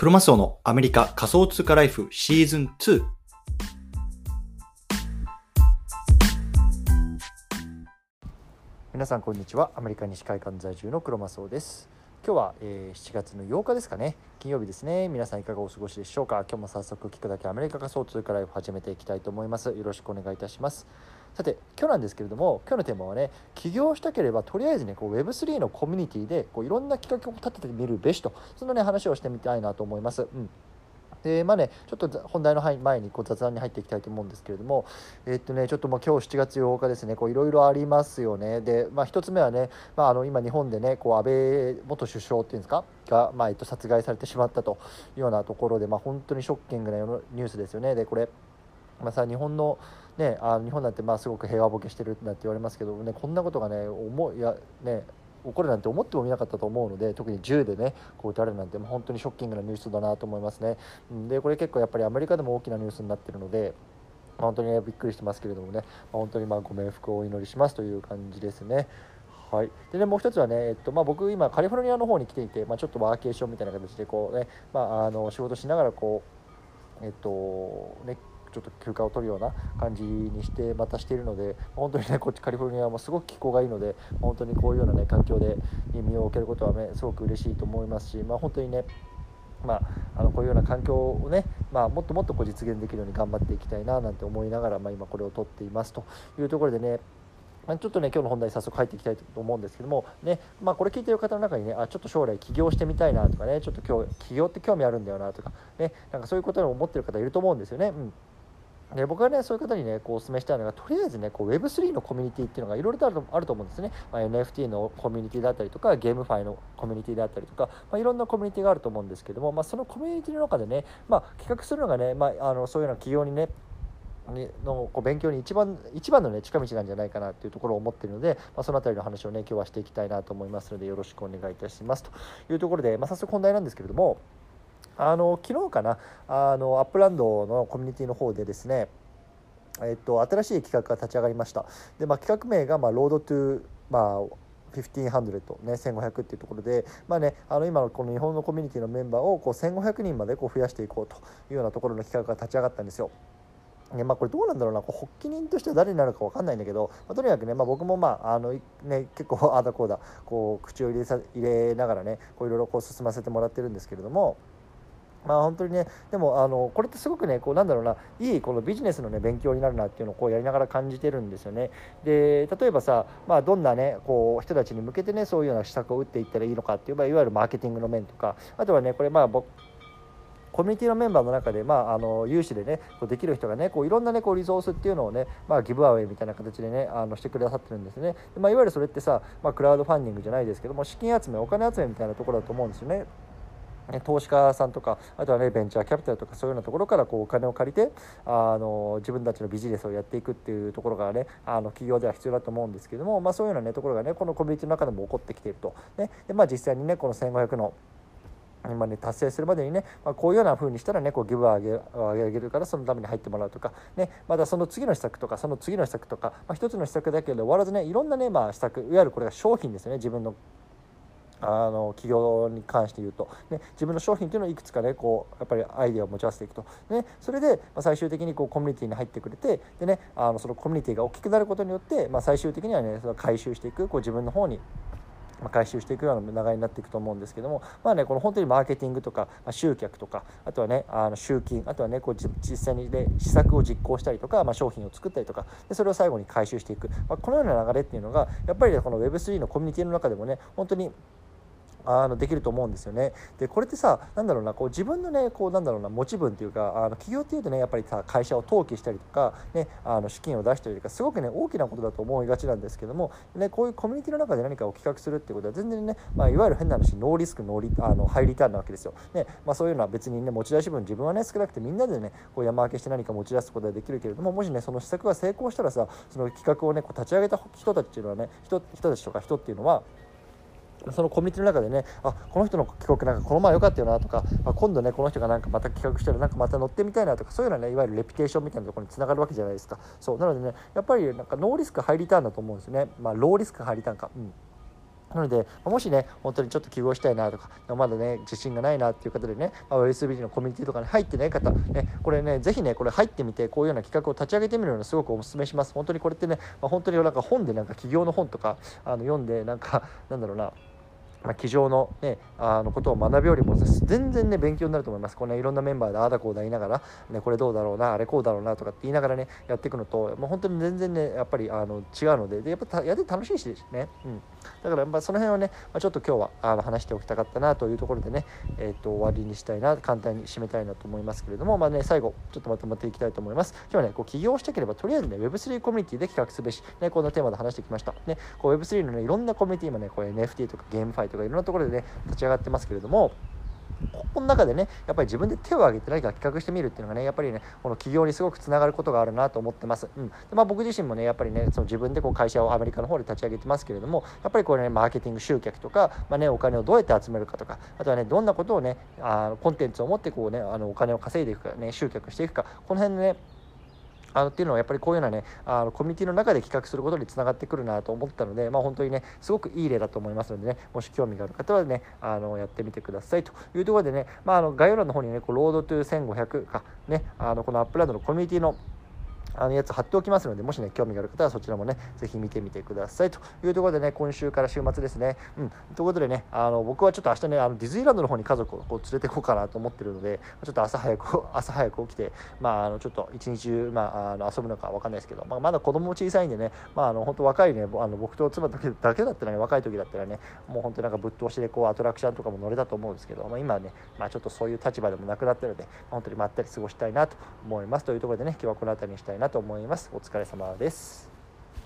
クロマスオのアメリカ仮想通貨ライフシーズン2。 皆さんこんにちは。アメリカ西海岸在住のクロマスオです。今日は、7月の8日ですかね、金曜日ですね。皆さんいかがお過ごしでしょうか。今日も早速聞くだけアメリカ仮想通貨ライフ始めていきたいと思います。よろしくお願いいたします。さて今日なんですけれども、今日のテーマはね、起業したければとりあえずねWeb3 のコミュニティでいろんな企画を立ててみるべしと、そのね話をしてみたいなと思います。でちょっと本題の前に雑談に入っていきたいと思うんですけれども、ちょっと今日7月8日ですね、いろいろありますよね。で、一つ目はね、今日本でね、安倍元首相っていうんですかが、殺害されてしまったというようなところで、本当にショッキングなニュースですよね。で、これ日本のね、日本なんてすごく平和ボケしてるんだって言われますけどね、こんなことがね起こるなんて思ってもみなかったと思うので、特に銃でね撃たれるなんて本当にショッキングなニュースだなと思いますね。でこれ結構やっぱりアメリカでも大きなニュースになっているので、本当にびっくりしてますけれどもね、本当にご冥福をお祈りしますという感じですね。はい、でね、もう一つはね、僕今カリフォルニアの方に来ていて、ちょっとワーケーションみたいな形で仕事しながらちょっと休暇を取るような感じにしてしているので、本当にねこっちカリフォルニアもすごく気候がいいので、本当にこういうようなね環境で身を置けることはねすごく嬉しいと思いますし、本当にねこういうような環境をね、もっともっと実現できるように頑張っていきたいななんて思いながら、今これを撮っていますというところでね、ちょっとね今日の本題早速入っていきたいと思うんですけどもね、これ聞いている方の中にね、ちょっと将来起業してみたいなとかね、ちょっと今日起業って興味あるんだよなとかね、そういうことを思っている方いると思うんですよね。で僕はねそういう方にねお勧めしたいのが、とりあえずねWeb3 のコミュニティっていうのがいろいろとあると思うんですね。NFT のコミュニティだったりとか、ゲームファイのコミュニティだったりとか、いろんなコミュニティがあると思うんですけども、そのコミュニティの中でね、企画するのがね、そういうような企業にねの勉強に一番のね近道なんじゃないかなっていうところを思っているので、そのあたりの話をね今日はしていきたいなと思いますので、よろしくお願いいたしますというところで、早速本題なんですけれども、昨日かな、アップランドのコミュニティの方でですね、新しい企画が立ち上がりました。で、企画名がロードトゥ1500ね、1500っていうところで、今のこの日本のコミュニティのメンバーを1500人まで増やしていこうというようなところの企画が立ち上がったんですよ。これどうなんだろうな、発起人としては誰になるか分かんないんだけど、とにかくね、僕も結構ああだこうだ口を入れながらねいろいろ進ませてもらってるんですけれども、本当にね、でもこれってすごくねいいこのビジネスのね勉強になるなっていうのをやりながら感じてるんですよね。で例えばさ、どんなね人たちに向けてねそういうような施策を打っていったらいいのかっていう、いわゆるマーケティングの面とか、あとはねこれコミュニティのメンバーの中で、有志でねできる人がねいろんなねリソースっていうのをね、ギブアウェイみたいな形でねしてくださってるんですね。で、いわゆるそれってさ、クラウドファンディングじゃないですけども、資金集め、お金集めみたいなところだと思うんですよね。投資家さんとか、あとはねベンチャーキャピタルとか、そういうようなところからお金を借りて自分たちのビジネスをやっていくっていうところがね企業では必要だと思うんですけども、そういうようなねところがねこのコミュニティの中でも起こってきていると、ね、で実際にねこの1500の今ね達成するまでにね、こういうような風にしたらねギブを上げるから、そのために入ってもらうとかね、またその次の施策とかその次の施策とか、一つの施策だけで終わらずね、いろんなね施策、いわゆるこれが商品ですよね。自分の企業に関して言うと、ね、自分の商品というのをいくつかねやっぱりアイデアを持ち合わせていくと、ね、それで最終的にコミュニティに入ってくれて、でねそのコミュニティが大きくなることによって、最終的にはねそれを回収していく、自分の方に回収していくような流れになっていくと思うんですけども、この本当にマーケティングとか、集客とか、あとはね集金、あとはね実際にね施策を実行したりとか、商品を作ったりとかで、それを最後に回収していく、このような流れっていうのがやっぱりこの Web3 のコミュニティの中でもね本当にできると思うんですよね。でこれってさ、自分のね持ち分っていうか、企業っていうとねやっぱりさ会社を登記したりとかね資金を出したりとか、すごくね大きなことだと思いがちなんですけどもね、こういうコミュニティの中で何かを企画するっていうことは全然ね、いわゆる変な話ノーリスクハイリターンなわけですよ。ね、そういうのは別にね持ち出し分自分はね少なくてみんなでね山分けして何か持ち出すことができるけれども、もしねその施策が成功したらさ、その企画をね立ち上げた人たちっていうのはね人たちとか人っていうのはそのコミュニティの中でね、この人の企画この前良かったよなとか、今度ねこの人がまた企画したらまた乗ってみたいなとか、そういうのはねいわゆるレピュテーションみたいなところにつながるわけじゃないですか。そうなのでねやっぱりノーリスクハイリターンだと思うんですよね。ローリスクハイリターンか、 なので、もしね、本当にちょっと起業したいなとか、まだね、自信がないなっていう方でね、USB のコミュニティとかに入ってない方、ね、これね、ぜひね、これ入ってみて、こういうような企画を立ち上げてみるのをすごくお勧めします。本当にこれってね、本当になんか本でなんか起業の本とか読んで、なんか、なんだろうな、机上の、ね、ことを学ぶよりも全然ね勉強になると思います。これねいろんなメンバーでああだこうだ言いながら、ね、これどうだろうなあれこうだろうなとかって言いながらねやっていくのと、もう本当に全然ねやっぱり違うので、やっぱやって楽しいしね、だからその辺をね、ちょっと今日は話しておきたかったなというところでね、終わりにしたいな、簡単に締めたいなと思いますけれども、最後ちょっとまとめていきたいと思います。今日はね起業したければとりあえずね Web3 コミュニティで企画すべし、ね、こんなテーマで話してきました。ね、Web3 のねいろんなコミュニティ今ねNFT とかゲームファイとかいろんなところでね立ち上がってますけれども、ここの中でねやっぱり自分で手を挙げて何か企画してみるっていうのがねやっぱりねこの起業にすごくつながることがあるなと思ってます。で僕自身もねやっぱりねその自分でこう会社をアメリカの方で立ち上げてますけれども、やっぱりこれねマーケティング集客とか、お金をどうやって集めるかとか、あとはねどんなことをねコンテンツを持ってこうねお金を稼いでいくかね集客していくか、この辺ねっていうのはやっぱりこういうようなねコミュニティの中で企画することにつながってくるなと思ったので、本当にねすごくいい例だと思いますのでね、もし興味がある方はねやってみてくださいというところでね、概要欄の方にねロードトゥ1500かねこのアップランドのコミュニティのやつ貼っておきますので、もしね興味がある方はそちらもねぜひ見てみてくださいというところでね、今週から週末ですね。ということでね僕はちょっと明日ねディズニーランドの方に家族をこう連れて行こうかなと思ってるので、ちょっと朝早く起きてちょっと一日中遊ぶのかわかんないですけど、まだ子供も小さいんでね、本当若いね僕と妻だけだったらね、若い時だったらねもう本当になんかぶっ通しでこうアトラクションとかも乗れたと思うんですけど、今はねちょっとそういう立場でもなくなったので、本当にまったり過ごしたいなと思いますというところでね、今日はこの辺りにしたいなと思います。お疲れ様です。